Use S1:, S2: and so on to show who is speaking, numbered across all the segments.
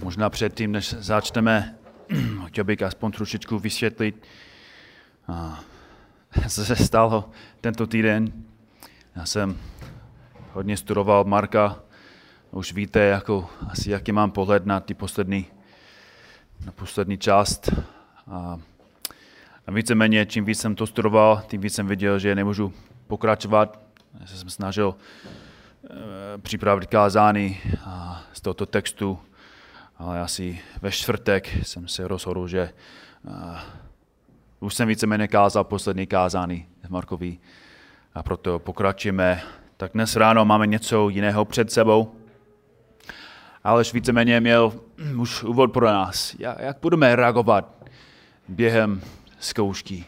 S1: Možná předtím, než začneme, chtěl bych aspoň trošičku vysvětlit, co se stalo tento týden. Já jsem hodně studoval Marka, už víte, jaký mám pohled na poslední část. A víceméně, čím víc jsem to studoval, tím víc jsem viděl, že nemůžu pokračovat. Já jsem snažil připravit kázání z tohoto textu, ale asi ve čtvrtek jsem se rozhodl, že už jsem víceméně kázal poslední kázání v Markovi a proto pokračujeme. Tak dnes ráno máme něco jiného před sebou, ale víceméně měl už úvod pro nás. Jak budeme reagovat během zkoušky?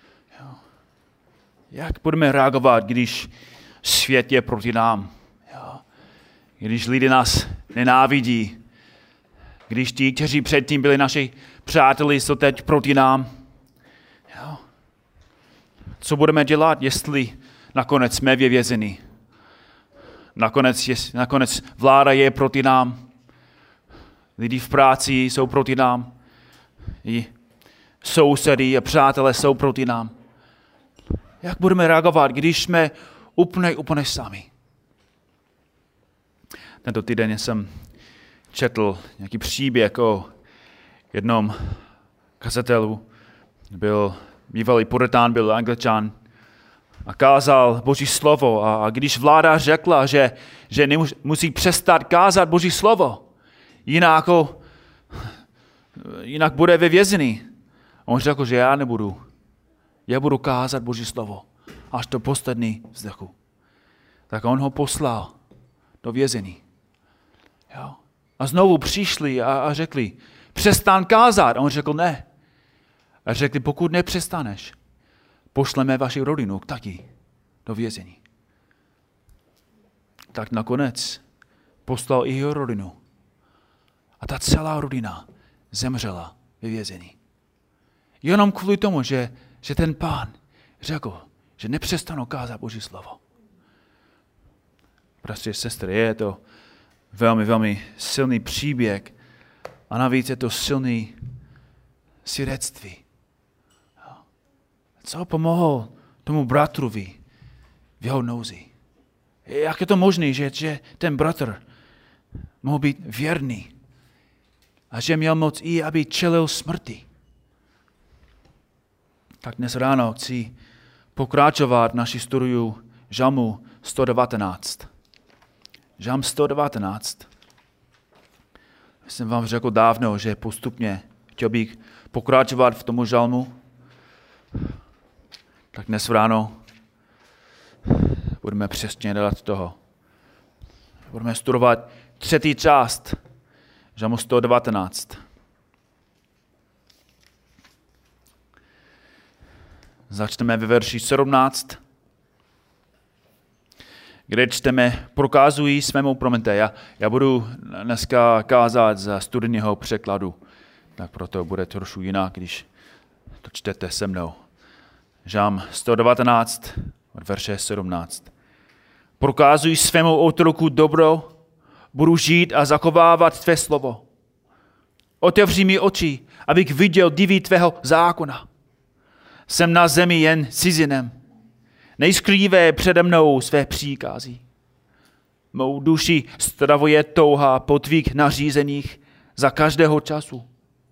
S1: Jak budeme reagovat, když svět je proti nám? Když lidi nás nenávidí? Když ti, kteří předtím byli naši přáteli, jsou teď proti nám? Co budeme dělat, jestli nakonec jsme vězeni? Nakonec vláda je proti nám. Lidi v práci jsou proti nám. I sousedy a přátelé jsou proti nám. Jak budeme reagovat, když jsme úplně sami? Tento týden jsem četl nějaký příběh o jednom kazateli. Byl bývalý puritán, byl Angličan a kázal Boží slovo. A když vláda řekla, že musí přestat kázat Boží slovo, jinak bude ve vězení. On řekl, že já nebudu. Já budu kázat Boží slovo až do poslední vzdechu. Tak on ho poslal do vězení. A znovu přišli a řekli, přestaň kázat. A on řekl, ne. A řekli, pokud nepřestaneš, pošleme vaši rodinu taky do vězení. Tak nakonec poslal i jeho rodinu. A ta celá rodina zemřela ve vězení. Jenom kvůli tomu, že ten pán řekl, že nepřestanou kázat Boží slovo. Bratři a sestry, je to velmi silný příběh a navíc je to silný svědectví. Co pomohl tomu bratrovi v jeho nouzi? Jak je to možné, že ten bratr mohl být věrný a že měl moc i, aby čelil smrti? Tak dnes ráno chci pokračovat naši studiu Žalmu 119. Žalm 119. Jsem vám řekl dávno, že postupně chtěl bych pokračovat v tomu žalmu. Tak dnes ráno budeme přesně dělat toho. Budeme studovat třetí část Žalmu 119. Začneme ve verši 17, kde čteme, prokazují svému, promiňte, já budu dneska kázat za studijního překladu, tak proto bude trošku jinak, když to čtete se mnou. Žalm 119, od verše 17. Prokazují svému otroku dobro, budu žít a zachovávat tvé slovo. Otevři mi oči, abych viděl divy tvého zákona. Jsem na zemi jen cizinem. Nejskrývé přede mnou své příkazy. Mou duši stravuje touha po tvých nařízeních za každého času.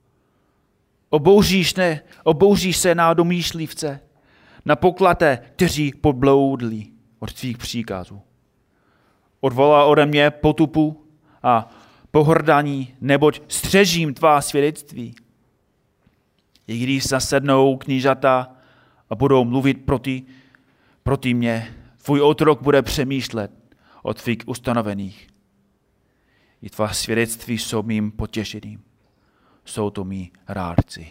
S1: Obouříš se na domýšlivce, na poklaté, kteří podbloudli od tvých příkazů. Odvolá ode mě potupu a pohrdání, neboť střežím tvá svědectví. I když zasednou knížata a budou mluvit proti mně, tvůj otrok bude přemýšlet o tvých ustanoveních. I tvá svědectví jsou mým potěšením. Jsou to mý rádci.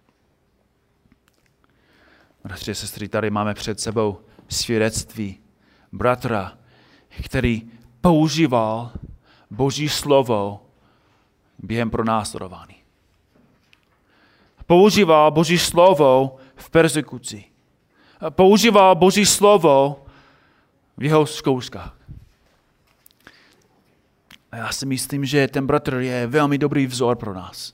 S1: Bratři a sestry, tady máme před sebou svědectví bratra, který používal Boží slovo během pronásledování. Používal Boží slovo v persekuci. Používal Boží slovo v jeho zkouškách. A já si myslím, že ten bratr je velmi dobrý vzor pro nás.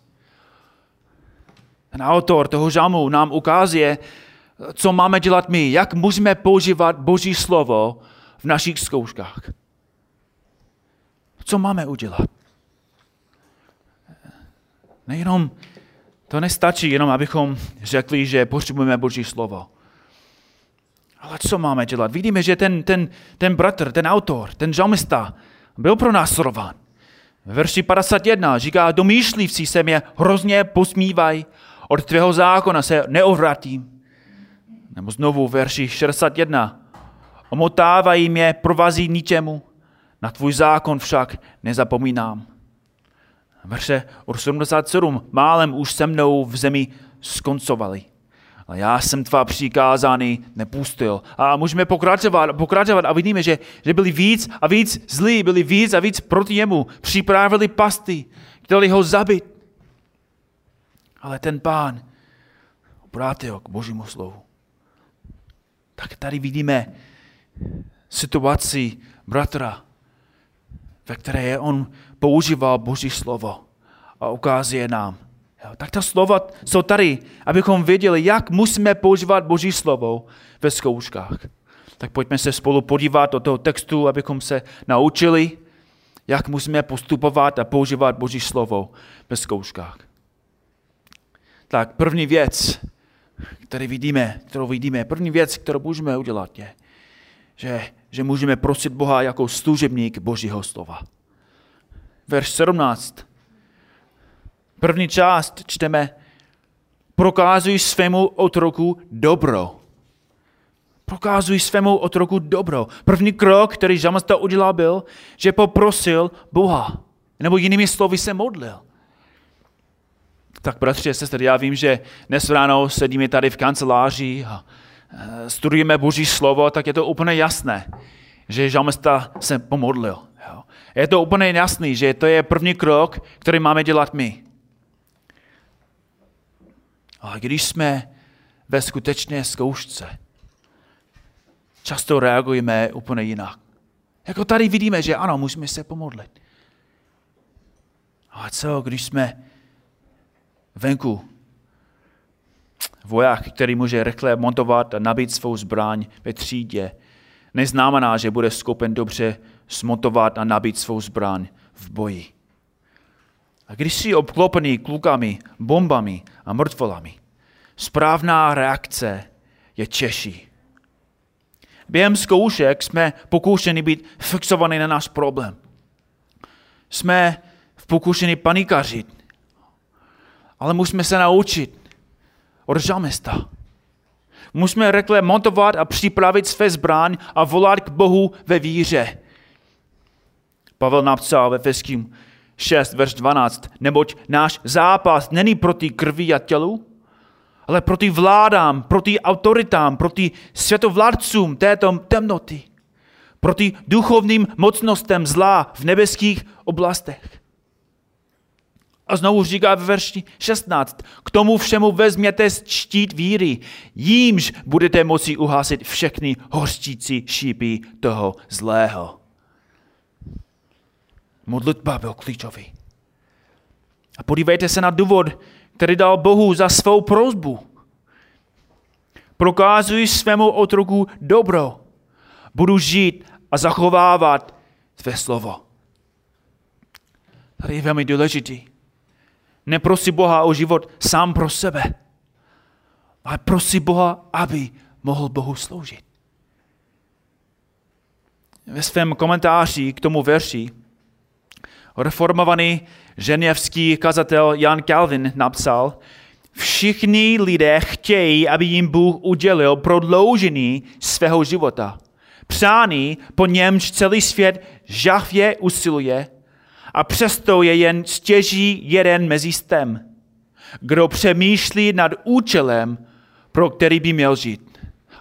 S1: Ten autor toho žalmu nám ukazuje, co máme dělat my, jak můžeme používat Boží slovo v našich zkouškách. Co máme udělat? Nejenom, to nestačí jenom, abychom řekli, že potřebujeme Boží slovo. Ale co máme dělat? Vidíme, že ten bratr, ten autor, ten žalmista byl pronásledován. Ve verši 51 říká, domýšlivci se mě hrozně posmívají, od tvého zákona se neodvratím. Nebo znovu v verši 61. Omotávají mě, provazí ničemu, na tvůj zákon však nezapomínám. Verše 87. Málem už se mnou v zemi skoncovali. A já jsem tvá přikázání nepustil. A můžeme pokračovat a vidíme, že byli víc a víc zlí, byli víc a víc proti němu. Připravili pasty, chtěli ho zabít. Ale ten Pán obrátil k Božímu slovu. Tak tady vidíme situaci bratra, ve které on používal Boží slovo a ukazuje nám. Tak ta slova jsou tady, abychom věděli, jak musíme používat Boží slovo ve zkouškách. Tak pojďme se spolu podívat do toho textu, abychom se naučili, jak musíme postupovat a používat Boží slovo ve zkouškách. Tak první věc, kterou vidíme, první věc, kterou můžeme udělat, je, že můžeme prosit Boha jako služebník Božího slova. Verš 17. První část čteme, prokázuj svému otroku dobro. Prokázuj svému otroku dobro. První krok, který žalmista udělal, byl, že poprosil Boha. Nebo jinými slovy se modlil. Tak bratři a sestry, já vím, že dnes ráno sedíme tady v kanceláři a studujeme Boží slovo, tak je to úplně jasné, že žalmista se pomodlil. Je to úplně jasný, že to je první krok, který máme dělat my. Ale když jsme ve skutečné zkoušce, často reagujeme úplně jinak. Jako tady vidíme, že ano, musíme se pomodlit. Ale co, když jsme venku, voják, který může rychle montovat a nabít svou zbraň ve třídě, neznamená, že bude schopen dobře smontovat a nabít svou zbraň v boji. A když jsi obklopený klukami, bombami a mrtvolami, správná reakce je těžší. Během zkoušek jsme pokoušeni být fixovaní na náš problém. Jsme pokoušeni panikařit, ale musíme se naučit od žalmista. Musíme rychle montovat a připravit své zbraň a volat k Bohu ve víře. Pavel napsal ve Efeským 6, verš 12, neboť náš zápas není proti krvi a tělu, ale proti vládám, proti autoritám, proti světovládcům této temnoty, proti duchovním mocnostem zla v nebeských oblastech. A znovu říká ve verši 16, k tomu všemu vezměte štít víry, jímž budete moci uhasit všechny hořčící šípy toho zlého. Modlitba byl klíčový. A podívejte se na důvod, který dal Bohu za svou prosbu. Prokázuj svému otroku dobro. Budu žít a zachovávat tvé slovo. Tady je velmi důležitý. Neprosí Boha o život sám pro sebe, ale prosí Boha, aby mohl Bohu sloužit. Ve svém komentáři k tomu verši reformovaný ženevský kazatel Jan Calvin napsal, všichni lidé chtějí, aby jim Bůh udělil prodloužení svého života. Přání, po němž celý svět žhavě usiluje, a přesto je jen stěží jeden mezi stem, kdo přemýšlí nad účelem, pro který by měl žít.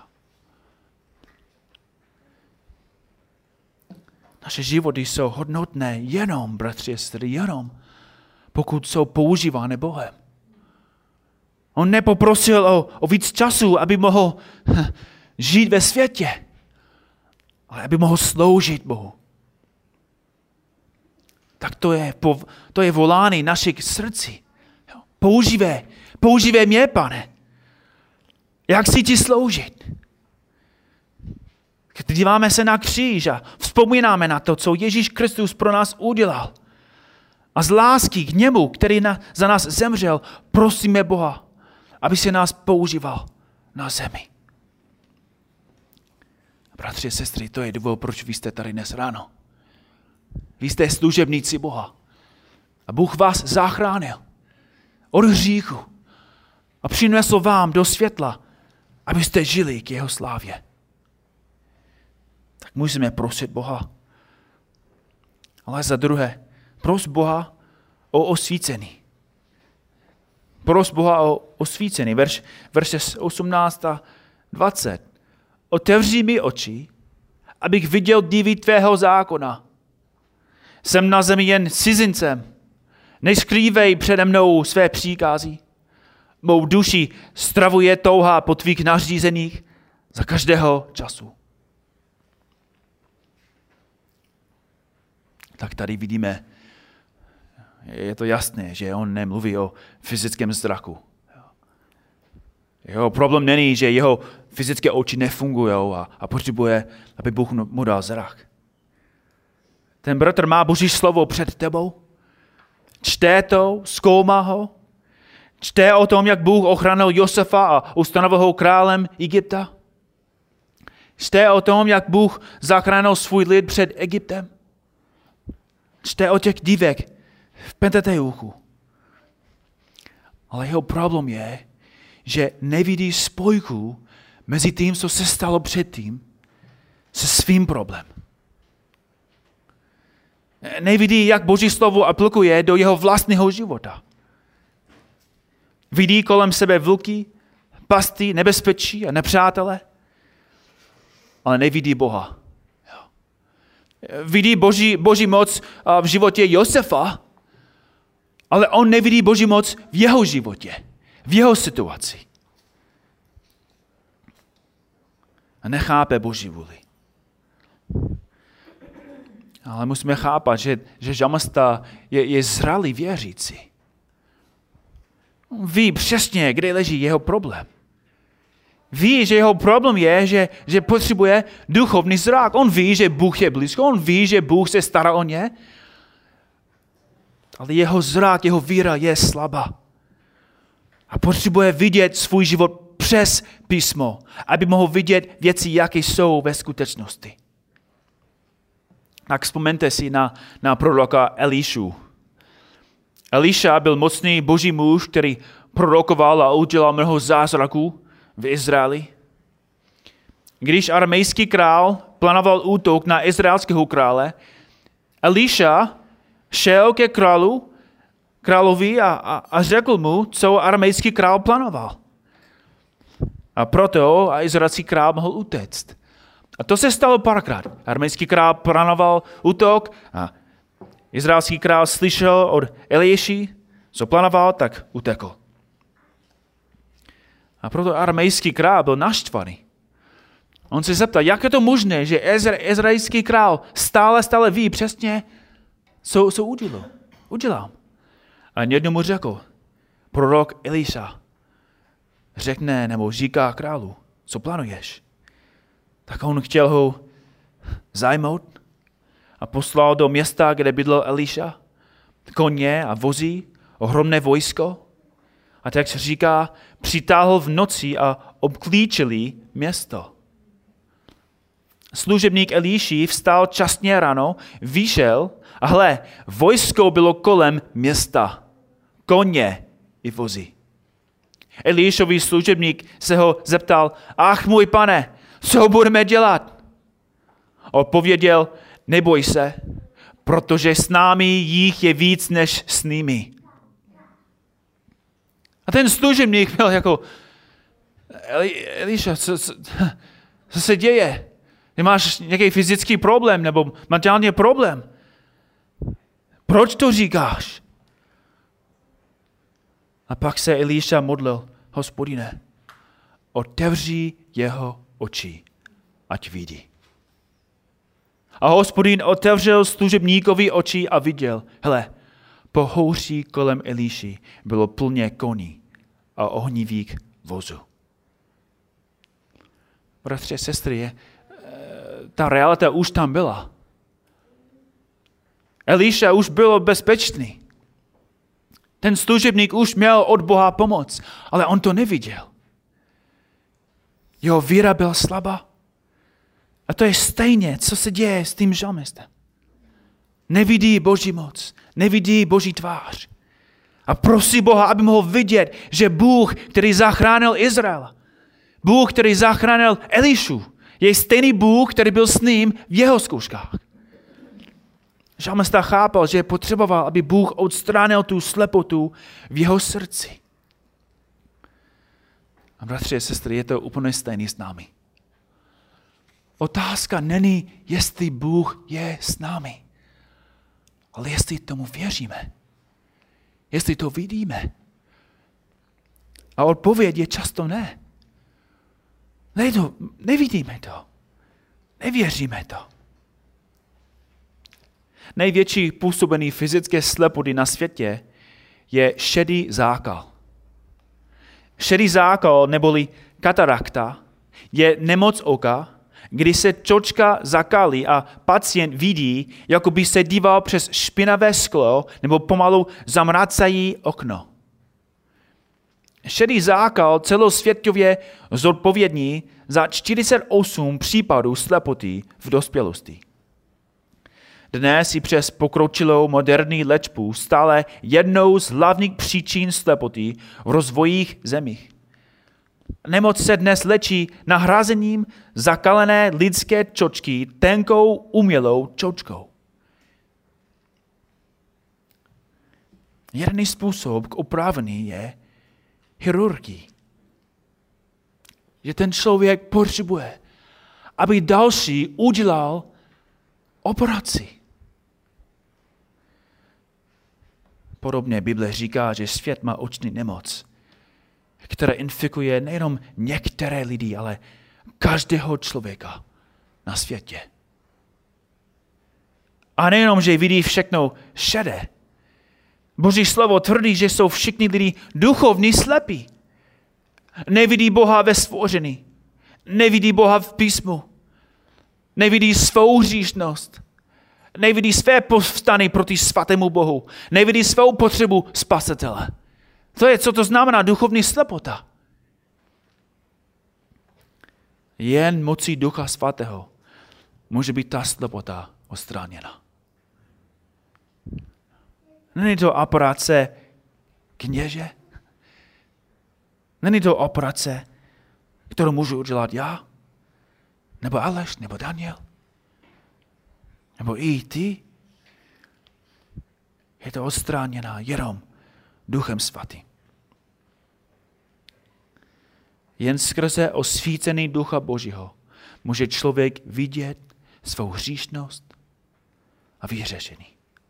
S1: Naše životy jsou hodnotné jenom, bratři a sestry, jenom, pokud jsou používány Bohem. On nepoprosil o víc času, aby mohl žít ve světě, ale aby mohl sloužit Bohu. tak to je volání našich srdcí. Používej mě, Pane. Jak si ti sloužit? Když díváme se na kříž a vzpomínáme na to, co Ježíš Kristus pro nás udělal. A z lásky k němu, který za nás zemřel, prosíme Boha, aby se nás používal na zemi. Bratři a sestry, to je důvod, proč vy jste tady dnes ráno. Vy jste služebníci Boha. A Bůh vás zachránil od hříchu a přinesl vám do světla, abyste žili k jeho slávě. Tak musíme prosit Boha. Ale za druhé, pros Boha o osvícení. Pros Boha o osvícení. Verše 18 a 20. Otevři mi oči, abych viděl divy tvého zákona. Jsem na zemi jen cizincem. Neskrývej přede mnou své příkazy. Mou duši stravuje touha po tvých nařízeních za každého času. Tak tady vidíme, je to jasné, že on nemluví o fyzickém zraku. Jeho problém není, že jeho fyzické oči nefungují a potřebuje, aby Bůh mu dal zrak. Ten bratr má Boží slovo před tebou, čte to, zkoumá ho, čte o tom, jak Bůh ochránil Josefa a ustanovil ho králem Egypta. Čte o tom, jak Bůh zachránil svůj lid před Egyptem. Čte o těch divech v Pentateuchu. Ale jeho problém je, že nevidí spojku mezi tím, co se stalo předtím, se svým problémem. Nevidí, jak Boží slovo aplikuje do jeho vlastního života. Vidí kolem sebe vlky, pasty, nebezpečí a nepřátele, ale nevidí Boha. Vidí Boží moc v životě Josefa, ale on nevidí Boží moc v jeho životě, v jeho situaci. A nechápe Boží vůli. Ale musíme chápat, že žalmista je zralý věřící. On ví přesně, kde leží jeho problém. Ví, že jeho problém je, že potřebuje duchovní zrak. On ví, že Bůh je blízko, on ví, že Bůh se stará o ně, ale jeho zrak, jeho víra je slabá. A potřebuje vidět svůj život přes písmo, aby mohl vidět věci, jaké jsou ve skutečnosti. Tak vzpomeňte si na proroka Elišu. Eliša byl mocný boží muž, který prorokoval a udělal mnoho zázraků v Izraeli. Když aramejský král plánoval útok na izraelského krále, Eliša šel ke královi a řekl mu, co aramejský král plánoval. A proto izraelský král mohl utéct. A to se stalo párkrát. Aramejský král plánoval útok a izraelský král slyšel od Eliši, co plánoval, tak utekl. A proto aramejský král byl naštvaný. On se zeptal, jak je to možné, že izraelský král stále ví přesně, co udělal. A někdo mu řekl, prorok Eliša řekne nebo říká králu, co plánuješ. Tak on chtěl ho zajmout a poslal do města, kde bydlel Eliša, koně a vozy, ohromné vojsko. A tak se říká, přitáhl v noci a obklíčili město. Služebník Eliši vstal časně ráno, vyšel a hle, vojsko bylo kolem města, koně i vozy. Elišový služebník se ho zeptal, ach můj pane, co budeme dělat? Odpověděl, neboj se, protože s námi jich je víc než s nimi. A ten služebník byl jako, Eliša, co se děje? Ty máš nějaký fyzický problém nebo materiální problém? Proč to říkáš? A pak se Eliša modlil, Hospodine, otevři jeho oči, ať vidí. A Hospodin otevřel služebníkovi oči a viděl, hele, pohouří kolem Eliši bylo plně koní a ohnivých vozů. Bratři a sestry, ta realita už tam byla. Eliša už byl bezpečný. Ten služebník už měl od Boha pomoc, ale on to neviděl. Jeho víra byla slabá. A to je stejně, co se děje s tím žalmistem. Nevidí Boží moc, nevidí Boží tvář. A prosí Boha, aby mohl vidět, že Bůh, který zachránil Izraela, Bůh, který zachránil Elišu, je stejný Bůh, který byl s ním v jeho zkouškách. Žalmista chápal, že potřeboval, aby Bůh odstránil tu slepotu v jeho srdci. A bratři a sestry, je to úplně stejný s námi. Otázka není, jestli Bůh je s námi, ale jestli tomu věříme. Jestli to vidíme. A odpověď je často ne. Nevidíme to. Nevěříme to. Největší působení fyzické slepoty na světě je šedý zákal. Šedý zákal neboli katarakta je nemoc oka, kdy se čočka zakalí a pacient vidí, jako by se díval přes špinavé sklo nebo pomalu zamracají okno. Šedý zákal celosvětově zodpovědný za 48 případů slepoty v dospělosti. Dnes i přes pokročilou moderní léčbu stále jednou z hlavních příčin slepoty v rozvojích zemích. Nemoc se dnes léčí nahrazením zakalené lidské čočky tenkou umělou čočkou. Jediný způsob k opravení je chirurgii. Že ten člověk potřebuje, aby další udělal operaci. Podobně Bible říká, že svět má oční nemoc, která infikuje nejenom některé lidi, ale každého člověka na světě. A nejenom, že vidí všechno šedé. Boží slovo tvrdí, že jsou všichni lidi duchovní slepí. Nevidí Boha ve stvoření. Nevidí Boha v písmu. Nevidí svou hříšnost. Nevidí své povstany proti svatému Bohu. Nevidí svou potřebu spasitele. To je, co to znamená duchovní slepota. Jen mocí Ducha Svatého může být ta slepota odstraněna. Není to operace kněže? Není to operace, kterou můžu udělat já? Nebo Aleš? Nebo Daniel? Nebo i ty? Je to odstraněná jenom Duchem Svatým. Jen skrze osvícený Ducha Božího může člověk vidět svou hříšnost a vyhřešení.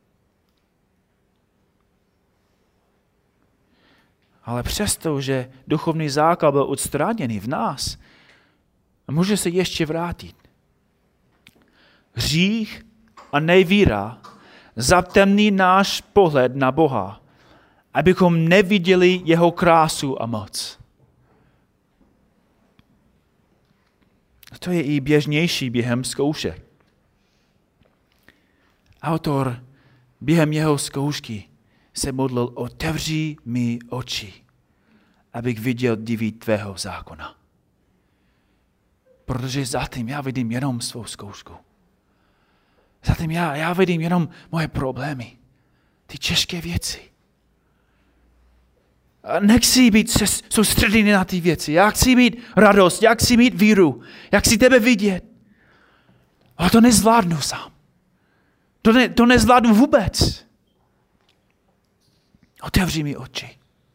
S1: Ale přesto, že duchovní základ byl odstraněný v nás, může se ještě vrátit. Hřích a nevíra zatemní náš pohled na Boha, abychom neviděli jeho krásu a moc. To je i běžnější během zkoušek. Autor během jeho zkoušky se modlil: otevři mi oči, abych viděl divy tvého zákona. Protože zatím já vidím jenom svou zkoušku. Zatím já vidím jenom moje problémy, ty těžké věci. A nechci být soustředěný na ty věci. Já chci mít radost, já chci mít víru, já chci tebe vidět. A to nezvládnu sám. To nezvládnu vůbec. Otevři mi oči.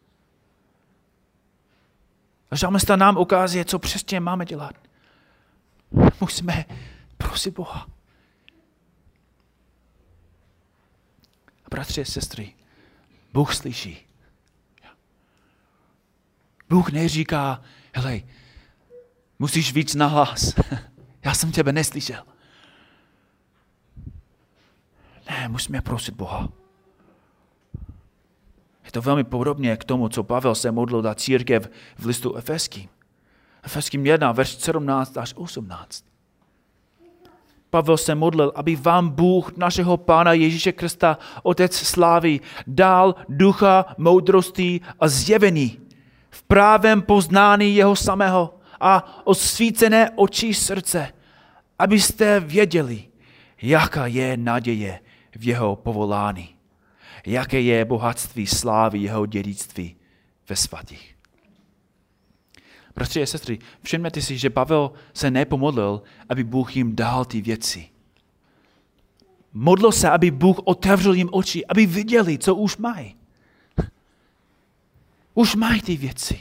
S1: A žalmista nám ukazuje, co přesně máme dělat. Musíme prosit Boha. Bratři a sestry, Bůh slyší. Bůh neříká: helej, musíš víc nahlas. Já jsem tebe neslyšel. Ne, musíme prosit Boha. Je to velmi podobně k tomu, co Pavel se modlil za církev v listu Efeským. Efeským 1, verš 17 až 18. Pavel se modlil, aby vám Bůh, našeho Pána Ježíše Krista, Otec slávy, dal ducha moudrosti a zjevení v právém poznání jeho samého a osvícené oči srdce, abyste věděli, jaká je naděje v jeho povolání, jaké je bohatství slávy jeho dědictví ve svatých. Bratři a sestry, všimněte si, že Pavel se nepomodlil, aby Bůh jim dal ty věci. Modlil se, aby Bůh otevřel jim oči, aby viděli, co už mají. Už mají ty věci.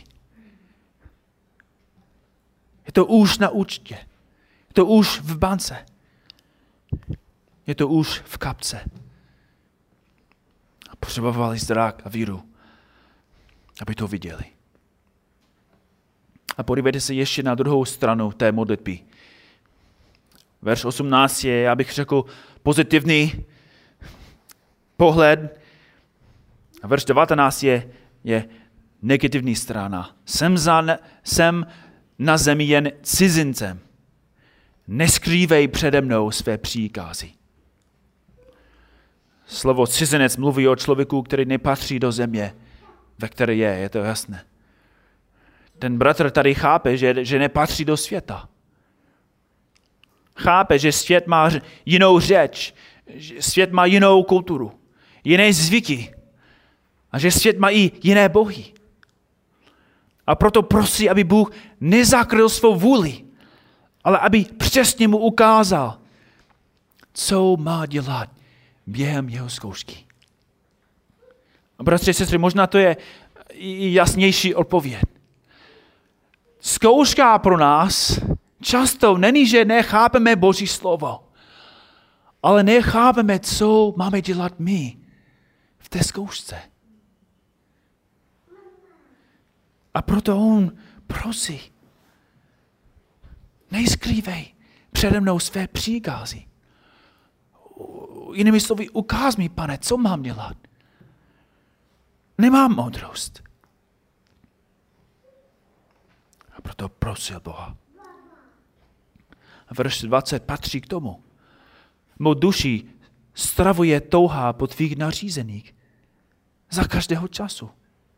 S1: Je to už na účtě. Je to už v bance. Je to už v kapce. A potřebovali zrak a víru, aby to viděli. A podívejte se ještě na druhou stranu té modlitby. Verš 18 je, já bych řekl, pozitivní pohled. A verš 19 je negativní strana. Jsem na zemi jen cizincem. Neskrývej přede mnou své příkazy. Slovo cizinec mluví o člověku, který nepatří do země, ve které je to jasné. Ten bratr tady chápe, že nepatří do světa. Chápe, že svět má jinou řeč, že svět má jinou kulturu, jiné zvyky a že svět má i jiné bohy. A proto prosí, aby Bůh nezakryl svou vůli, ale aby přesně mu ukázal, co má dělat během jeho zkoušky. A bratři a sestry, možná to je jasnější odpověď. Zkouška pro nás často není, že nechápeme Boží slovo, ale nechápeme, co máme dělat my v té zkoušce. A proto on prosí, nejskrývej přede mnou své příkazy. Jinými slovy, ukáž mi, Pane, co mám dělat. Nemám moudrost. A proto prosil Boha. A verš 20 patří k tomu. Mou duši stravuje touha po tvých nařízeních za každého času.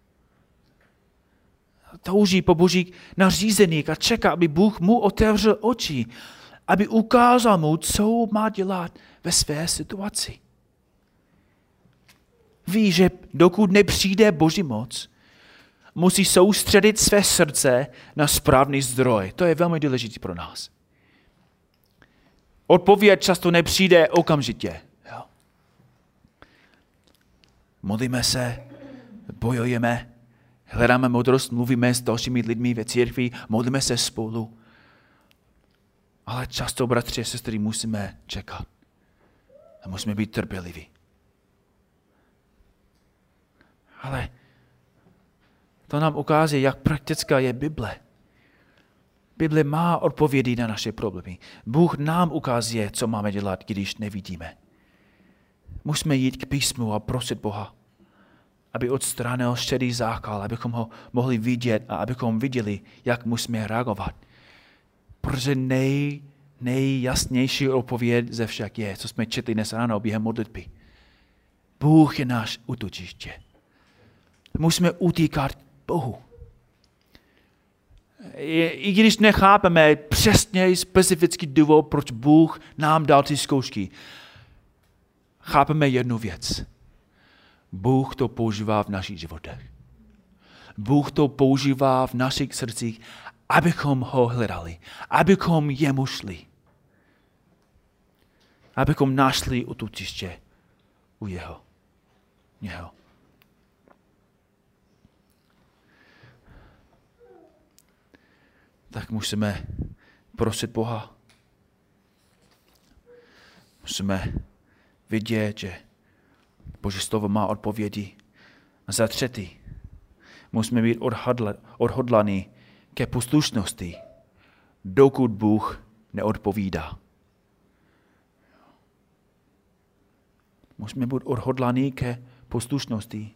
S1: Touží po Božích nařízeních a čeká, aby Bůh mu otevřel oči, aby ukázal mu, co má dělat ve své situaci. Ví, že dokud nepřijde Boží moc, musí soustředit své srdce na správný zdroj. To je velmi důležité pro nás. Odpověď často nepřijde okamžitě. Jo. Modlíme se, bojujeme, hledáme moudrost, mluvíme s dalšími lidmi ve církvi, modlíme se spolu. Ale často, bratři a sestry, musíme čekat. A musíme být trpěliví. Ale to nám ukáže, jak praktická je Bible. Bible má odpovědi na naše problémy. Bůh nám ukazuje, co máme dělat, když nevidíme. Musíme jít k písmu a prosit Boha, aby odstranil šedý zákal, abychom ho mohli vidět a abychom viděli, jak musíme reagovat. Protože nejjasnější odpověď ze však je, co jsme četli dnes ráno během modlitby. Bůh je náš útočiště. Musíme utíkat k Bohu. I když nechápeme přesně specifický důvod, proč Bůh nám dal ty zkoušky, chápeme jednu věc. Bůh to používá v našich životech. Bůh to používá v našich srdcích, abychom ho hledali, abychom jemu šli. Abychom našli útočiště u něho. Tak musíme prosit Boha. Musíme vidět, že Boží slovo má odpovědi. A za třetí, musíme být odhodlaní ke poslušnosti, dokud Bůh neodpovídá. Musíme být odhodlaní ke poslušnosti,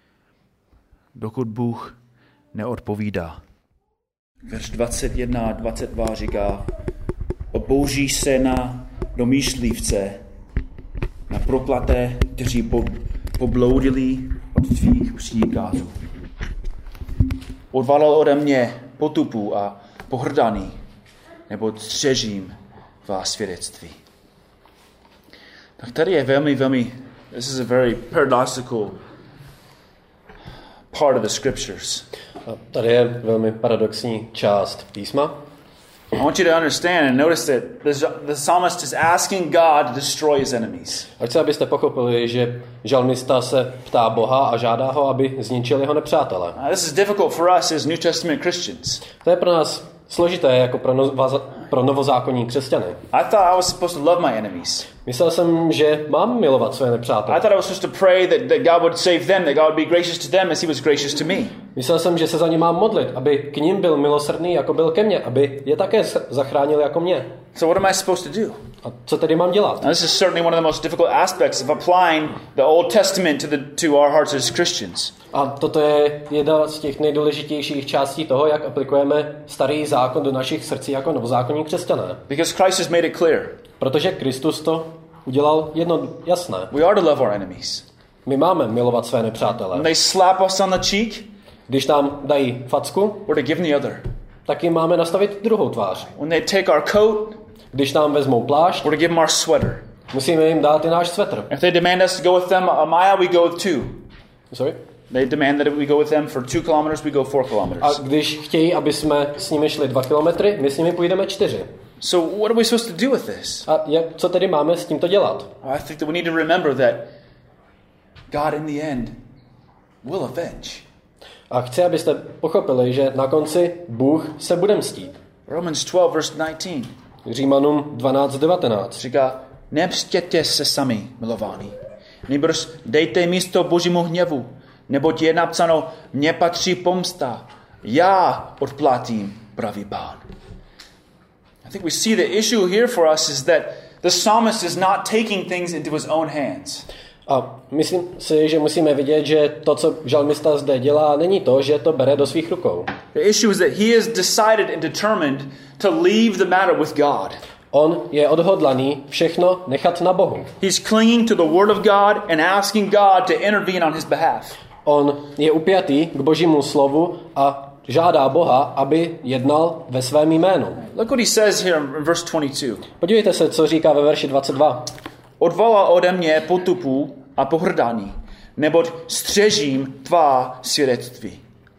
S1: dokud Bůh neodpovídá. Verš 21 a 22 říká, oboužíš se na domýšlivce, na proklaté, kteří pobloudili od tvých příkazů. Odvalil ode mě potupu a pohrdaný, nebo střežím vás svědectví. Tak tady je velmi, this is a very paradoxical part of the scriptures.
S2: Tady je velmi paradoxní část písma.
S1: I want you to understand and notice that the psalmist is asking God to destroy his enemies.
S2: A chci, abyste pochopili, že žalmista se ptá Boha a žádá ho, aby zničil jeho nepřátele.
S1: This is difficult for us as New Testament Christians.
S2: To je pro nás složité jako pro novozákonní křesťany.
S1: I thought I was supposed to love my enemies.
S2: Myslel jsem, že mám milovat své nepřátele.
S1: I thought I was supposed to pray that God would save them, that God would be gracious to them as he was gracious to me.
S2: Myslel jsem, že se za ně mám modlit, aby k nim byl milosrdný, jako byl ke mně, aby je také zachránil jako mě.
S1: So what am I supposed to do?
S2: A co tedy mám dělat?
S1: Now, this is certainly one of the most difficult aspects of applying the Old Testament to our hearts as Christians.
S2: A toto je jedna z těch nejdůležitějších částí toho, jak aplikujeme starý zákon do našich srdcí jako novozákonní křesťané.
S1: Because Christ has made it clear.
S2: Protože Kristus to udělal jedno jasné.
S1: We are to love our enemies.
S2: My máme milovat své nepřátele.
S1: When they slap us on the cheek,
S2: když nám dají facku,
S1: we're to give them the other.
S2: Tak jim máme nastavit druhou tvář.
S1: When they take our coat,
S2: když nám vezmou plášť,
S1: we're to give them our sweater.
S2: Musíme jim dát i náš svetr.
S1: If they demand us to go with them a mile, we go with 2.
S2: Sorry?
S1: They demand that we go with them for 2 kilometers, we go 4 kilometers.
S2: A když chtějí, aby jsme s nimi šli 2 kilometry, my s nimi půjdeme 4.
S1: So what are we supposed to do with this?
S2: A co tedy máme s tímto dělat?
S1: I think that we need to remember that God in the end will avenge.
S2: A chci, abyste pochopili, že na konci Bůh se bude mstít.
S1: Romans 12 verse 19.
S2: Římanům 12:19.
S1: Říká, nepstěte se sami, milovaní. Nýbrž dejte místo Božímu hněvu, neboť je napsáno, mně patří pomsta, já odplatím, pravý Pán. I think we see the issue here for us is that the psalmist is not taking things into his own hands.
S2: A myslím si, že musíme vidět, že to, co žalmista zde dělá, není to, že to bere do svých rukou.
S1: The issue is that he has decided and determined to leave the matter with God.
S2: On je odhodlaný všechno nechat na Bohu.
S1: He's clinging to the word of God and asking God to intervene on his behalf.
S2: On je upjatý k Božímu slovu a žádá Boha, aby jednal ve svém jménu.
S1: Look what he says here in verse 22.
S2: Podívejte se, co říká ve verši 22.
S1: Odvolal ode mě potupu a pohrdání, neboť střežím tvá svědectví.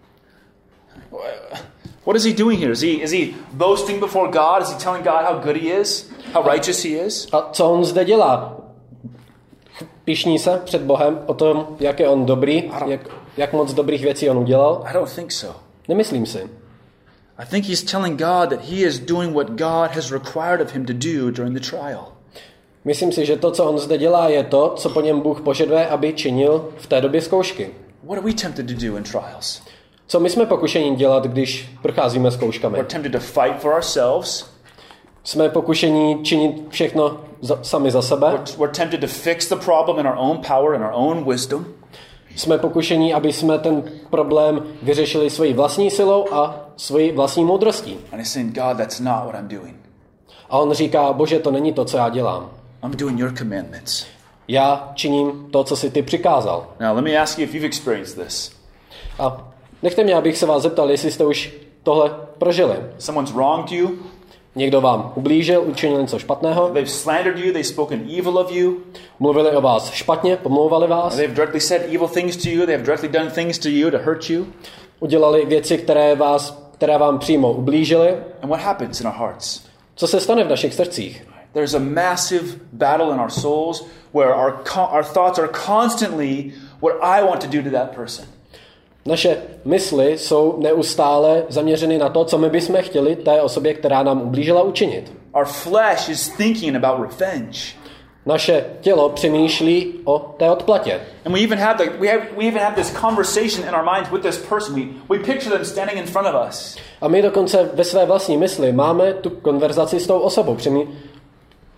S1: What is he doing here? Is he boasting before God? Is he telling God how good he is? How righteous he is?
S2: A co on zde dělá? Pišní se před Bohem o tom, jak je on dobrý, jak moc dobrých věcí on udělal?
S1: I don't think so.
S2: Nemyslím si.
S1: I think he's telling God that he is doing what God has required of him to do during the trial.
S2: Myslím si, že to, co on zde dělá, je to, co po něm Bůh požaduje, aby činil v té době zkoušky.
S1: What are we tempted to do in trials?
S2: Co my jsme pokušení dělat, když procházíme zkouškami?
S1: We're tempted to fight for ourselves.
S2: Jsme pokušení činit všechno sami za sebe.
S1: We're tempted to fix the problem in our own power and our own wisdom.
S2: Jsme pokušení, aby jsme ten problém vyřešili svojí vlastní silou a svojí vlastní moudrostí.
S1: And he's saying, God, that's not what I'm doing.
S2: A on říká, Bože, to není to, co já dělám.
S1: I'm doing your commandments.
S2: Já činím to, co jsi ty přikázal.
S1: Now, let me ask you if you've experienced this.
S2: A nechte mě, abych se vás zeptal, jestli jste už tohle prožili.
S1: Someone's wronged you.
S2: Někdo vám ublížil, učinil něco špatného.
S1: They've slandered you, they've spoken evil of you.
S2: Mluvili o vás špatně, pomlouvali vás.
S1: They've directly said evil things to you, they've directly done things to you to hurt you.
S2: Udělali věci, které vám přímo ublížily.
S1: And what happens in our hearts?
S2: Co se stane v našich srdcích?
S1: There's a massive battle in our souls where our thoughts are constantly what I want to do to that person.
S2: Naše mysli jsou neustále zaměřeny na to, co my bychom chtěli té osobě, která nám ublížila, učinit.
S1: Our flesh is thinking about revenge.
S2: Naše tělo přemýšlí o té odplatě.
S1: And we even have this conversation in our minds with this person. We picture them standing in front of us.
S2: A my dokonce ve své vlastní mysli máme tu konverzaci s tou osobou.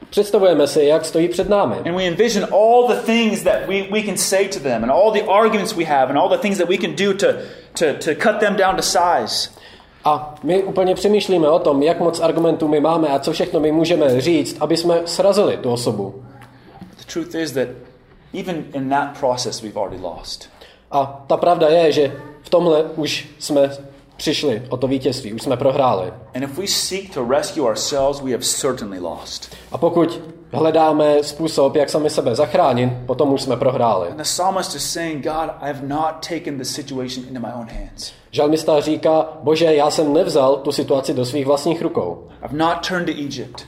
S2: Představujeme si, jak stojí před námi.
S1: And we envision all the things that we can say to them and all the arguments we have and all the things that we can do to cut them down to size.
S2: A my úplně přemýšlíme o tom, jak moc argumentů my máme a co všechno my můžeme říct, aby jsme srazili tu osobu.
S1: The truth is that even in that process we've already lost.
S2: A ta pravda je, že v tomhle už jsme přišli o to vítězství, už jsme prohráli.
S1: And if we seek to rescue ourselves, we have certainly lost.
S2: A pokud hledáme způsob, jak sami sebe zachránit, potom už jsme prohráli.
S1: And the psalmist is saying, God, I have not taken the situation into my own hands.
S2: Žalmista říká, Bože, já jsem nevzal tu situaci do svých vlastních rukou.
S1: I've not turned to Egypt.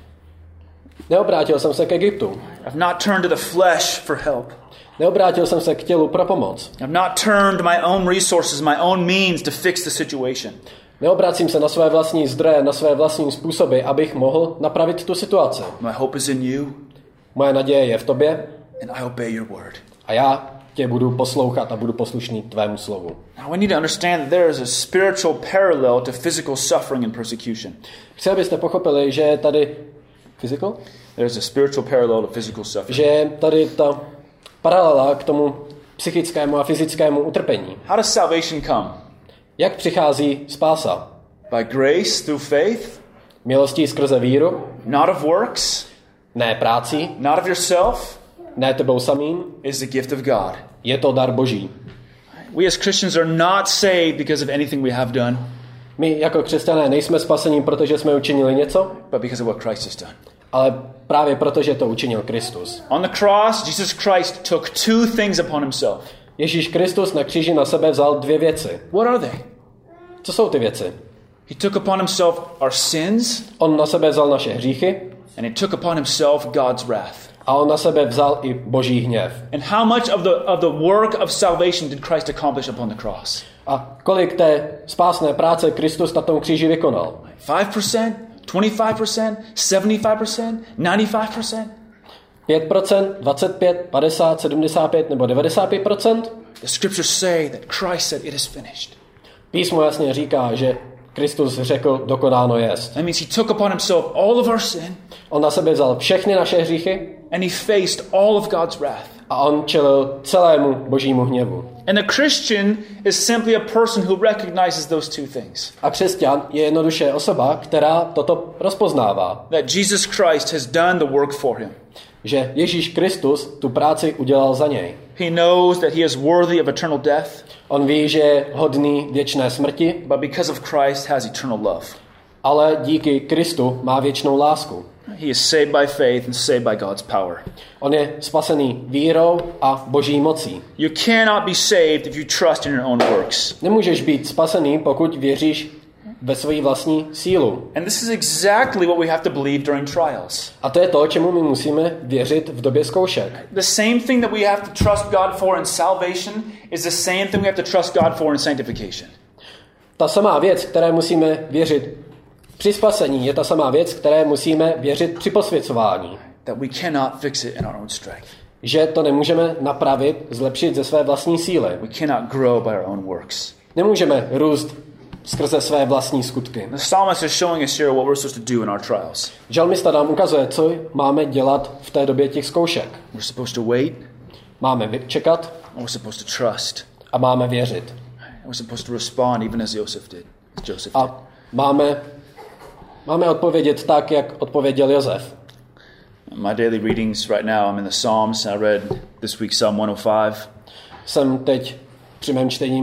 S2: Neobrátil jsem se k Egyptu.
S1: I've not turned to the flesh for help.
S2: Neobrátil jsem se k tělu pro pomoc.
S1: I've not turned my own resources, my own means to fix the situation.
S2: Neobracím se na své vlastní zdroje, na své vlastní způsoby, abych mohl napravit tu situaci.
S1: My hope is in you,
S2: Moje naděje je v tobě
S1: and I obey your word.
S2: a já tě budu poslouchat a budu poslušný tvému slovu.
S1: Now we need to understand that there is a spiritual parallel to physical suffering and persecution.
S2: Chci, abyste pochopili, že je tady physical?
S1: There's a spiritual parallel to physical suffering.
S2: Že je tady ta paralela k tomu psychickému a fyzickému utrpení.
S1: How does salvation come?
S2: Jak přichází spása?
S1: By grace through faith,
S2: Milostí skrze víru?
S1: not of works,
S2: Ne práci?
S1: not of yourself.
S2: Ne tebou samým?
S1: Is the gift of God.
S2: Je to dar Boží.
S1: We as Christians are not saved because of anything we have done,
S2: My jako křesťané nejsme spasení, protože jsme učinili něco,
S1: but because of what Christ has done.
S2: ale právě proto, že to učinil Kristus.
S1: On the cross, Jesus Christ took two things upon himself.
S2: Ježíš Kristus na kříži na sebe vzal dvě věci.
S1: What are they?
S2: Co jsou ty věci?
S1: He took upon himself our sins,
S2: On na sebe vzal naše hříchy
S1: and he took upon himself God's wrath.
S2: a on na sebe vzal i Boží hněv.
S1: And how much of the work of salvation did Christ accomplish upon the cross?
S2: A kolik té spásné práce Kristus na tom kříži vykonal?
S1: 5%? 25%? 75%? 95%?
S2: 5%, 25%, 50%, 75% nebo 95%?
S1: The scriptures say that Christ said it is finished.
S2: Písmo jasně říká, že Kristus řekl, dokonáno jest.
S1: That means he took upon himself all of our sin,
S2: On na sebe vzal všechny naše hříchy
S1: and he faced all of God's wrath.
S2: a on čelil celému Božímu hněvu.
S1: And a Christian is simply a person who recognizes those two things.
S2: A křesťan je jednoduše osoba, která toto rozpoznává.
S1: That Jesus Christ has done the work for him.
S2: Že Ježíš Kristus tu práci udělal za něj.
S1: He knows that he is worthy of eternal death,
S2: On ví, že je hodný věčné smrti,
S1: but because of Christ has eternal love.
S2: ale díky Kristu má věčnou lásku.
S1: He is saved by faith and saved by God's power.
S2: On je spasený vírou a Boží mocí.
S1: You cannot be saved if you trust in your own works.
S2: Nemůžeš být spasený, pokud věříš ve svoji vlastní sílu.
S1: And this is exactly what we have to believe during trials.
S2: A to je to, čemu my musíme věřit v době zkoušek.
S1: The same thing that we have to trust God for in salvation is the same thing we have to trust God for in sanctification.
S2: Ta samá věc, které musíme věřit při spasení, je ta samá věc, které musíme věřit při posvěcování.
S1: That we cannot fix it in our own strength.
S2: Že to nemůžeme napravit, zlepšit ze své vlastní síly.
S1: We cannot grow by our own works.
S2: Nemůžeme růst skrze své vlastní skutky.
S1: The psalmist is showing us here what we're supposed to do in our trials.
S2: Žalmista nám ukazuje, co máme dělat v té době těch zkoušek.
S1: We're supposed to wait,
S2: Máme čekat
S1: and we're supposed to trust.
S2: a máme věřit.
S1: And we're supposed to respond even as Joseph did.
S2: A máme odpovědět tak, jak odpověděl Josef.
S1: My daily readings right now, I'm in the Psalms. I read this week Psalm 105.
S2: Jsem teď při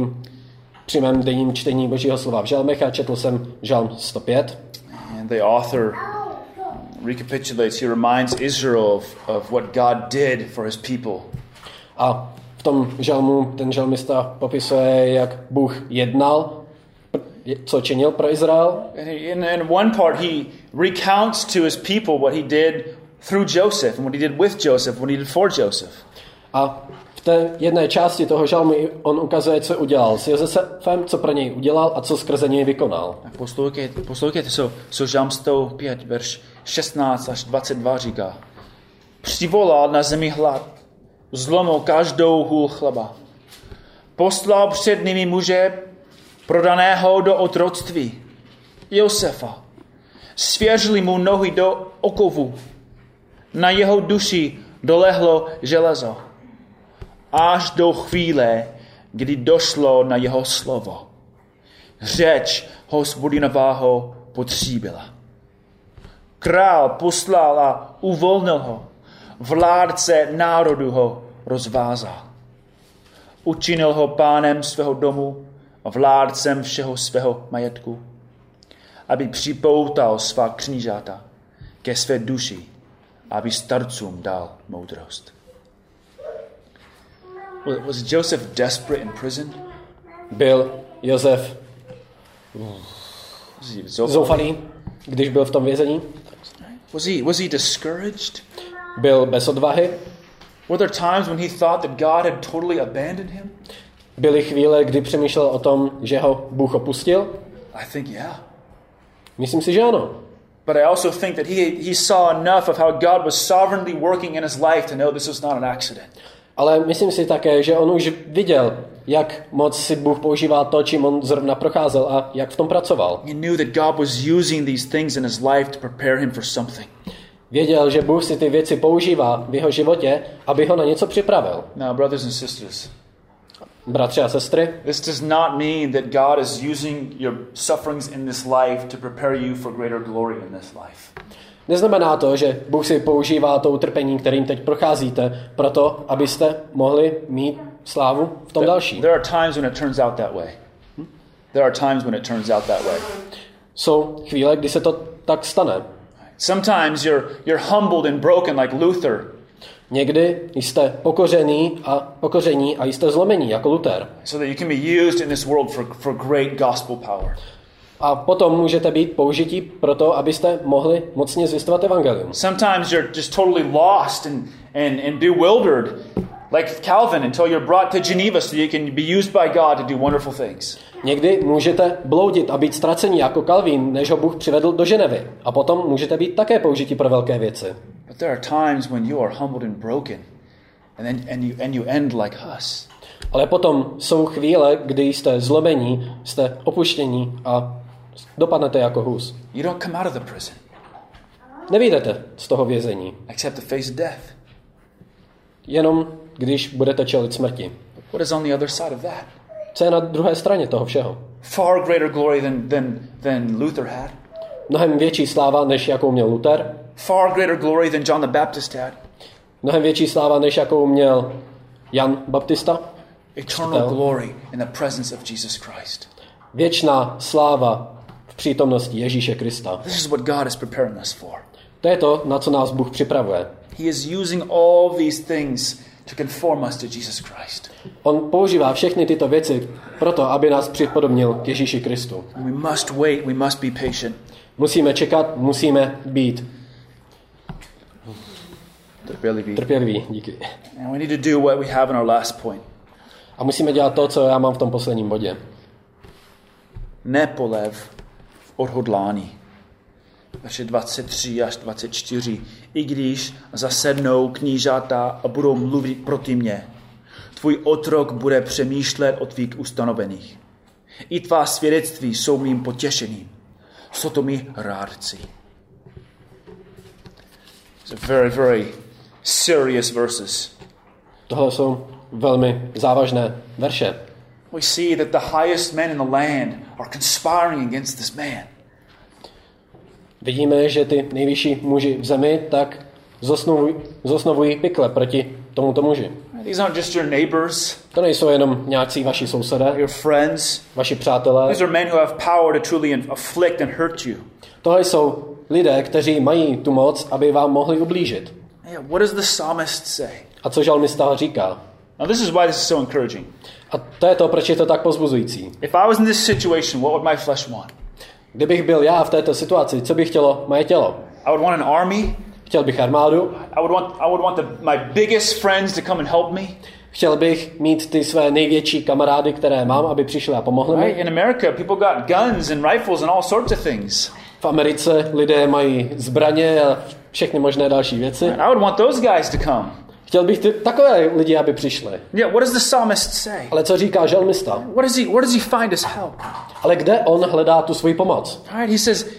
S2: mém denním čtení Božího slova v žalmech a četl jsem žalm 105.
S1: And the author recapitulates, he reminds Israel of what God did for his people.
S2: A v tom žalmu ten žalmista popisuje, jak Bůh jednal, co činil pro Izrael.
S1: And in one part, he recounts to his people what he did through Joseph and what he did with Joseph, what he did for Joseph.
S2: A v té jedné části toho žalmu on ukazuje, co udělal s Josefem, co pro něj udělal a co skrze něj vykonal.
S1: Poslouchejte, co žalm 105, verš 16 až 22 říká. Přivolal na zemi hlad, zlomil každou hůl chleba. Poslal před nimi muže prodaného do otroctví, Josefa. Svěřili mu nohy do okovu, Na jeho duši dolehlo železo. Až do chvíle, kdy došlo na jeho slovo. Řeč Hospodinová potříbila. Král poslal a uvolnil ho. Vládce národu ho rozvázal. Učinil ho pánem svého domu a vládcem všeho svého majetku, aby připoutal svá knížata ke své duši, aby starcům dal moudrost. Was Joseph desperate in prison?
S2: Byl Josef zoufalý, když byl v tom vězení?
S1: Was he discouraged?
S2: Byl bez odvahy?
S1: Were there times when he thought that God had totally abandoned him?
S2: Byly chvíle, kdy přemýšlel o tom, že ho Bůh opustil?
S1: I think yeah.
S2: Myslím si, že ano.
S1: But I also think that he saw enough of how God was sovereignly working in his life to know this was not an accident.
S2: Ale myslím si také, že on už viděl, jak moc si Bůh používá to, čím on zrovna procházel a jak v tom pracoval.
S1: He knew that God was using these things in his life to prepare him for something.
S2: Věděl, že Bůh si ty věci používá v jeho životě, aby ho na něco připravil.
S1: Now, brothers and sisters,
S2: Bratři a sestry,
S1: this does not mean that God is using your sufferings in this life to prepare you for greater glory in this life.
S2: neznamená to, že Bůh si používá to utrpení, kterým teď procházíte, proto, abyste mohli mít slávu v tom dalším.
S1: There are times when it turns out that way. There are times when it turns out that way.
S2: Jsou chvíle, kdy se to tak stane.
S1: Sometimes you're humbled and broken like Luther.
S2: Někdy jste pokoření a jste zlomení jako Luther.
S1: So that you can be used in this world for great gospel power.
S2: A potom můžete být použití pro to, abyste mohli mocně zvěstovat evangelium.
S1: Sometimes you're just totally lost and bewildered, like Calvin, until you're brought to Geneva so you can be used by God to do wonderful things.
S2: Někdy můžete bloudit a být ztracení jako Calvin, než ho Bůh přivedl do Ženevy. A potom můžete být také použití pro velké věci.
S1: But there are times when you are humbled and broken, and you end like us.
S2: Ale potom jsou chvíle, kdy jste zlomení, jste opuštění a dopadnete jako hůz.
S1: You don't come out of the prison.
S2: Nevyjdete z toho vězení.
S1: Except to face death.
S2: Jenom když budete čelit smrti.
S1: What is on the other side of that?
S2: Co je na druhé straně toho všeho?
S1: Far greater glory than Luther had.
S2: Mnohem větší sláva, než jakou měl Luther.
S1: Far greater glory than John the Baptist had.
S2: Mnohem větší sláva, než jakou měl Jan Baptista.
S1: Eternal glory in the presence of Jesus Christ.
S2: Věčná sláva v přítomnosti Ježíše Krista.
S1: This is what God is preparing us for.
S2: To je to, na co nás Bůh připravuje.
S1: He is using all these things to conform us to Jesus Christ.
S2: On používá všechny tyto věci proto, aby nás připodobnil k Ježíši Kristu.
S1: We must wait, we must be patient.
S2: Musíme čekat, musíme být trpěliví. Díky.
S1: And we need to do what we have in our last point.
S2: A musíme dělat to, co já mám v tom posledním bodě.
S1: Nepolev v odhodlání. Verše 23 až 24. I když zasednou knížata a budou mluvit proti mně, tvůj otrok bude přemýšlet o tvých ustanoveních. I tvá svědectví jsou mým potěšením. Jsou to mý rádci. It's a very, very serious verses.
S2: Tohle jsou velmi závažné verše.
S1: We see that the highest men in the land are conspiring against this man.
S2: Vidíme, že ty nejvyšší muži v zemi tak zosnovují pikle proti tomuto muži.
S1: These aren't just your neighbors.
S2: To nejsou jenom nějací vaši sousedé,
S1: Your friends.
S2: vaši přátelé.
S1: These are men who have power to truly afflict and hurt you.
S2: Tohle jsou lidé, kteří mají tu moc, aby vám mohli ublížit.
S1: Yeah, what does the psalmist say?
S2: A co žalmista říká?
S1: Now this is why this is so encouraging.
S2: A to je to, proč je to tak povzbuzující.
S1: If I was in this situation, what would my flesh want?
S2: Kdybych byl já v této situaci, co by chtělo moje tělo?
S1: I would want an army.
S2: Chtěl bych armádu.
S1: I would want my biggest friends to come and help me.
S2: Chtěl bych mít ty své největší kamarády, které mám, aby přišli a pomohli mi.
S1: Right? In America, people got guns and rifles and all sorts of things.
S2: V Americe lidé mají zbraně a všechny možné další věci.
S1: And I would want those guys to come.
S2: Chtěl bych takové lidi, aby přišli.
S1: Yeah, what does the psalmist say?
S2: Ale co říká žalmista?
S1: Where does he find his help?
S2: Ale kde on hledá tu svoji pomoc?
S1: All right, he says,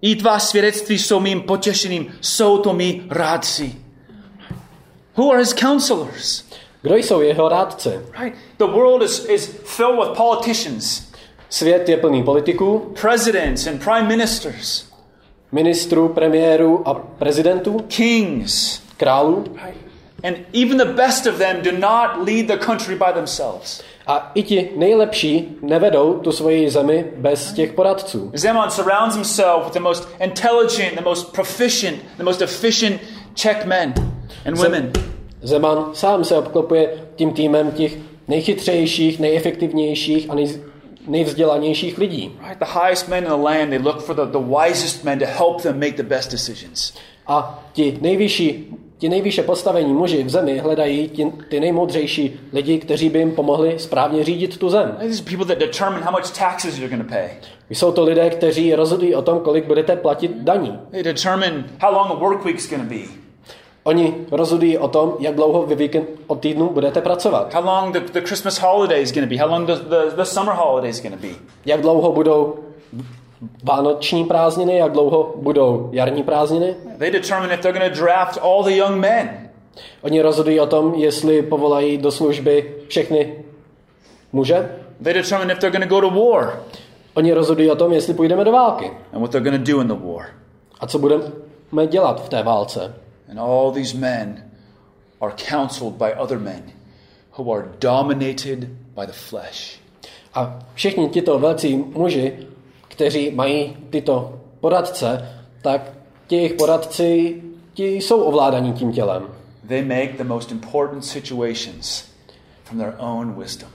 S1: I tvá svědectví jsou mým potěšením, jsou to mý rádci. Who are his counselors?
S2: Kdo jsou jeho rádci?
S1: Right? The world is filled with politicians,
S2: Svět je plný politiků,
S1: presidents and prime ministers,
S2: ministrů, premiérů a prezidentů,
S1: kings.
S2: králů.
S1: And even the best of them do not lead the country by themselves.
S2: A i ti nejlepší nevedou tu svoji zemi bez těch poradců.
S1: Zeman surrounds himself with the most intelligent, the most proficient, the most efficient Czech men and women.
S2: Zeman sám se obklopuje tím týmem těch nejchytřejších, nejefektivnějších a nejvzdělanějších lidí.
S1: Right, the highest men in the land, they look for the wisest men to help them make the best decisions.
S2: A ti nejvyšší postavení muži v zemi hledají ty nejmoudřejší lidi, kteří by jim pomohli správně řídit tu zem.
S1: These are people that determine how much taxes you're going to pay.
S2: Jsou to lidé, kteří rozhodují o tom, kolik budete platit daní.
S1: They determine how long a work week's going to be.
S2: Oni rozhodují o tom, jak dlouho vy víkend od týdnu budete pracovat.
S1: How long the Christmas holiday is going to be. How long the summer holiday is going to be.
S2: Jak dlouho budou vánoční prázdniny, jak dlouho budou jarní prázdniny.
S1: They determine if they're going to draft all the young men.
S2: Oni rozhodují o tom, jestli povolají do služby všechny muže.
S1: They determine if they're going to go to war.
S2: Oni rozhodují o tom, jestli půjdeme do války.
S1: And what they're going to do in the war.
S2: A co budeme dělat v té válce.
S1: And all these men are counseled by other men who are dominated by the flesh.
S2: A všichni tito velcí muži, kteří mají tyto poradce, tak ti jejich poradci ti jsou ovládaní tím tělem.
S1: They make the most important situations from their own wisdom.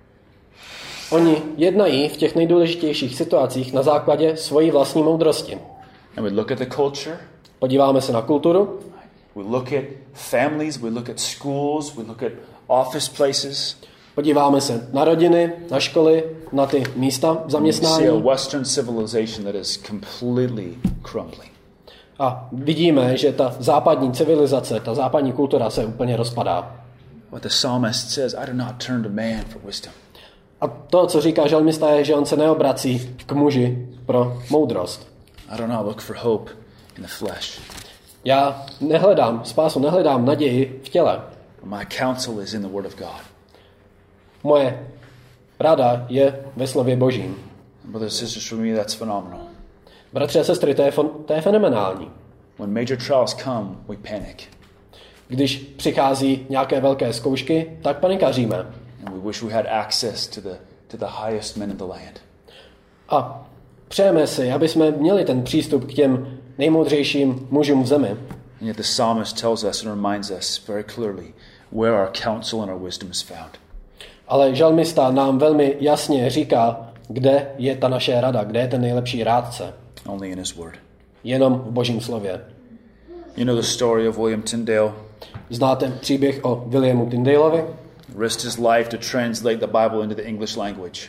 S2: Oni jednají v těch nejdůležitějších situacích na základě svojí vlastní moudrosti.
S1: And we look at the culture.
S2: Podíváme se na kulturu.
S1: We look at families, we look at schools, we look at office places.
S2: Podíváme se na rodiny, na školy, na ty místa
S1: We see
S2: zaměstnání.
S1: a Western civilization that is completely crumbling.
S2: A vidíme, že ta západní civilizace, ta západní kultura se úplně rozpadá.
S1: What the psalmist says, I do not turn to man for wisdom.
S2: A to, co říká žalmista, je, že on se neobrací k muži pro moudrost.
S1: I do not look for hope in the flesh.
S2: Já nehledám spásu, nehledám naději v těle.
S1: My counsel is in the word of God.
S2: Moje rada je ve slově Božím.
S1: Brothers and sisters, for me that's phenomenal.
S2: Bratři a sestry, to je fenomenální.
S1: When major trials come, we panic.
S2: Když přichází nějaké velké zkoušky, tak panikaříme.
S1: And we wish we had access to the highest men in the land.
S2: A přejeme si, aby jsme měli ten přístup k těm nejmoudřejším mužům v zemi.
S1: And yet the psalmist tells us and reminds us very clearly where our counsel and our wisdom is found.
S2: Ale žalmista nám velmi jasně říká, kde je ta naše rada, kde je ten nejlepší rádce.
S1: Only in his word.
S2: Jenom v Božím slově.
S1: You know the story of William Tyndale?
S2: Znáte příběh o Williamu Tyndaleovi?
S1: Risked his life to translate the Bible into the English language.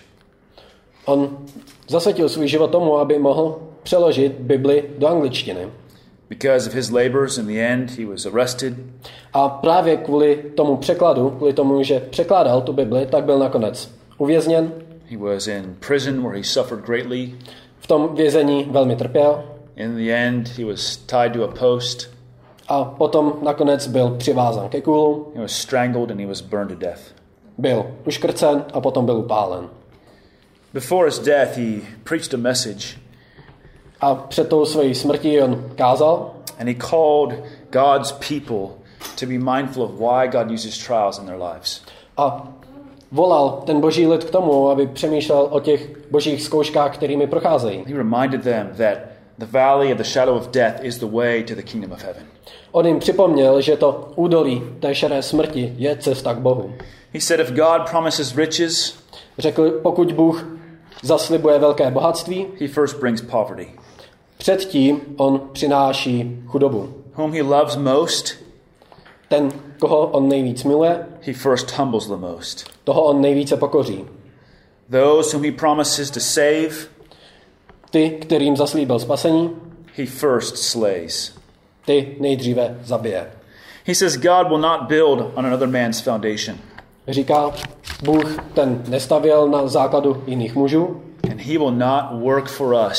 S2: On zasvětil svůj život tomu, aby mohl přeložit Bibli do angličtiny.
S1: Because of his labors, in the end, he was arrested.
S2: A právě kvůli tomu překladu, kvůli tomu, že překládal tu Bibli, tak byl nakonec uvězněn.
S1: He was in prison where he suffered greatly.
S2: V tom vězení velmi trpěl.
S1: In the end, he was tied to a post.
S2: A potom nakonec byl přivázán ke kůlu.
S1: He was strangled and he was burned to death.
S2: Byl uškrcen a potom byl upálen.
S1: Before his death, he preached a message.
S2: A před tou svojí smrtí on kázal.
S1: And he called God's people to be mindful of why God uses trials in their lives.
S2: A volal ten boží lid k tomu, aby přemýšlel o těch božích zkouškách, kterými procházejí.
S1: He reminded them that the valley of the shadow of death is the way to the kingdom of heaven.
S2: On jim připomněl, že to údolí té šedé smrti je cesta k Bohu.
S1: He said, if God promises riches,
S2: Řekl, pokud Bůh zaslibuje velké bohatství,
S1: he first brings poverty.
S2: předtím on přináší chudobu.
S1: Whom he loves most,
S2: Ten, koho on nejvíc miluje,
S1: he first humbles the most.
S2: toho on nejvíce pokoří.
S1: Those whom he promises to save,
S2: Ty, kterým zaslíbil spasení,
S1: he first slays.
S2: ty nejdříve zabije.
S1: He says God will not build on another man's foundation.
S2: Říká, Bůh ten nestavěl na základu jiných mužů
S1: And he will not work for us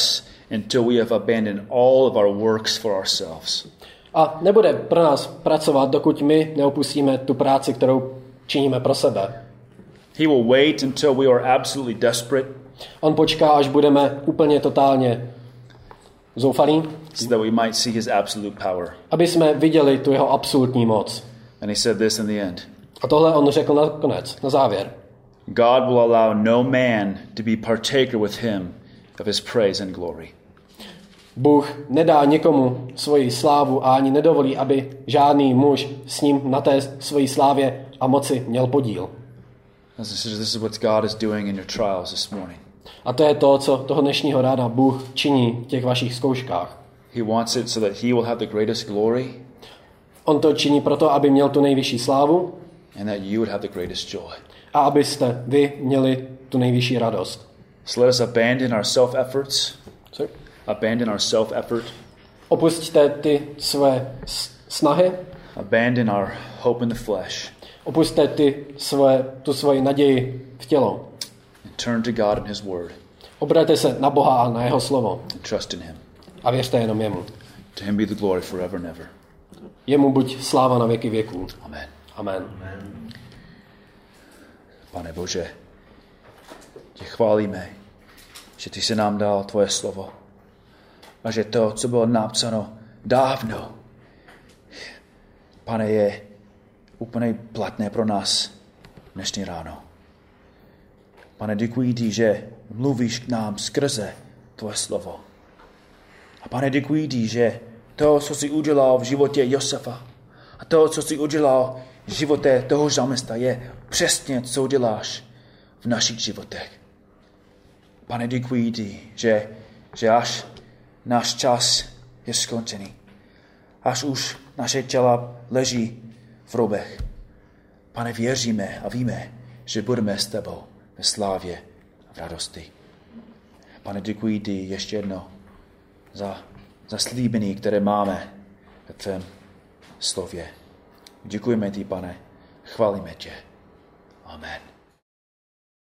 S1: until we have abandoned all of our works for ourselves.
S2: A nebude pro nás pracovat, dokud my neopustíme tu práci, kterou činíme pro sebe.
S1: He will wait until we are absolutely desperate,
S2: On počká, až budeme úplně totálně zoufalí,
S1: so that we might see his absolute power.
S2: aby jsme viděli tu jeho absolutní moc.
S1: And he said this in the end.
S2: A tohle on řekl na konec, na závěr.
S1: God will allow no man to be partaker with him of his praise and glory.
S2: Bůh nedá nikomu svoji slávu a ani nedovolí, aby žádný muž s ním na té svojí slávě a moci měl podíl.
S1: This is what God is doing in your trials this morning.
S2: A to je to, co toho dnešního rána Bůh činí v těch vašich zkouškách.
S1: He wants it so that he will have the greatest glory
S2: On to činí proto, aby měl tu nejvyšší slávu
S1: and that you would have the greatest joy.
S2: a abyste vy měli tu nejvyšší radost.
S1: So let us abandon our self-efforts. Abandon our self-effort.
S2: Opusťte ty své snahy,
S1: Abandon our hope in the flesh.
S2: opusťte tu svoji naději v tělo.
S1: And turn to God and his word.
S2: Obraťte se na Boha a na jeho slovo
S1: And trust in him.
S2: a věřte jenom jemu.
S1: To him be the glory forever and ever.
S2: Jemu buď sláva na věky věků.
S1: Amen.
S2: Amen.
S1: Pane Bože, tě chválíme, že ty jsi nám dal tvoje slovo a že to, co bylo napsáno dávno, Pane, je úplně platné pro nás dnešní ráno. Pane, děkuji ti, že mluvíš k nám skrze tvoje slovo. A Pane, děkuji ti, že to, co jsi udělal v životě Josefa a to, co jsi udělal v životě toho žalmista, je přesně, co děláš v našich životech. Pane, děkuji ti, že až náš čas je skončený, až už naše těla leží v hrobech. Pane, věříme a víme, že budeme s tebou ve slávě a v radosti. Pane, děkuji ti ještě jednou za slíbení, které máme ve tvém slově. Děkujeme ti, Pane, chválíme tě. Amen.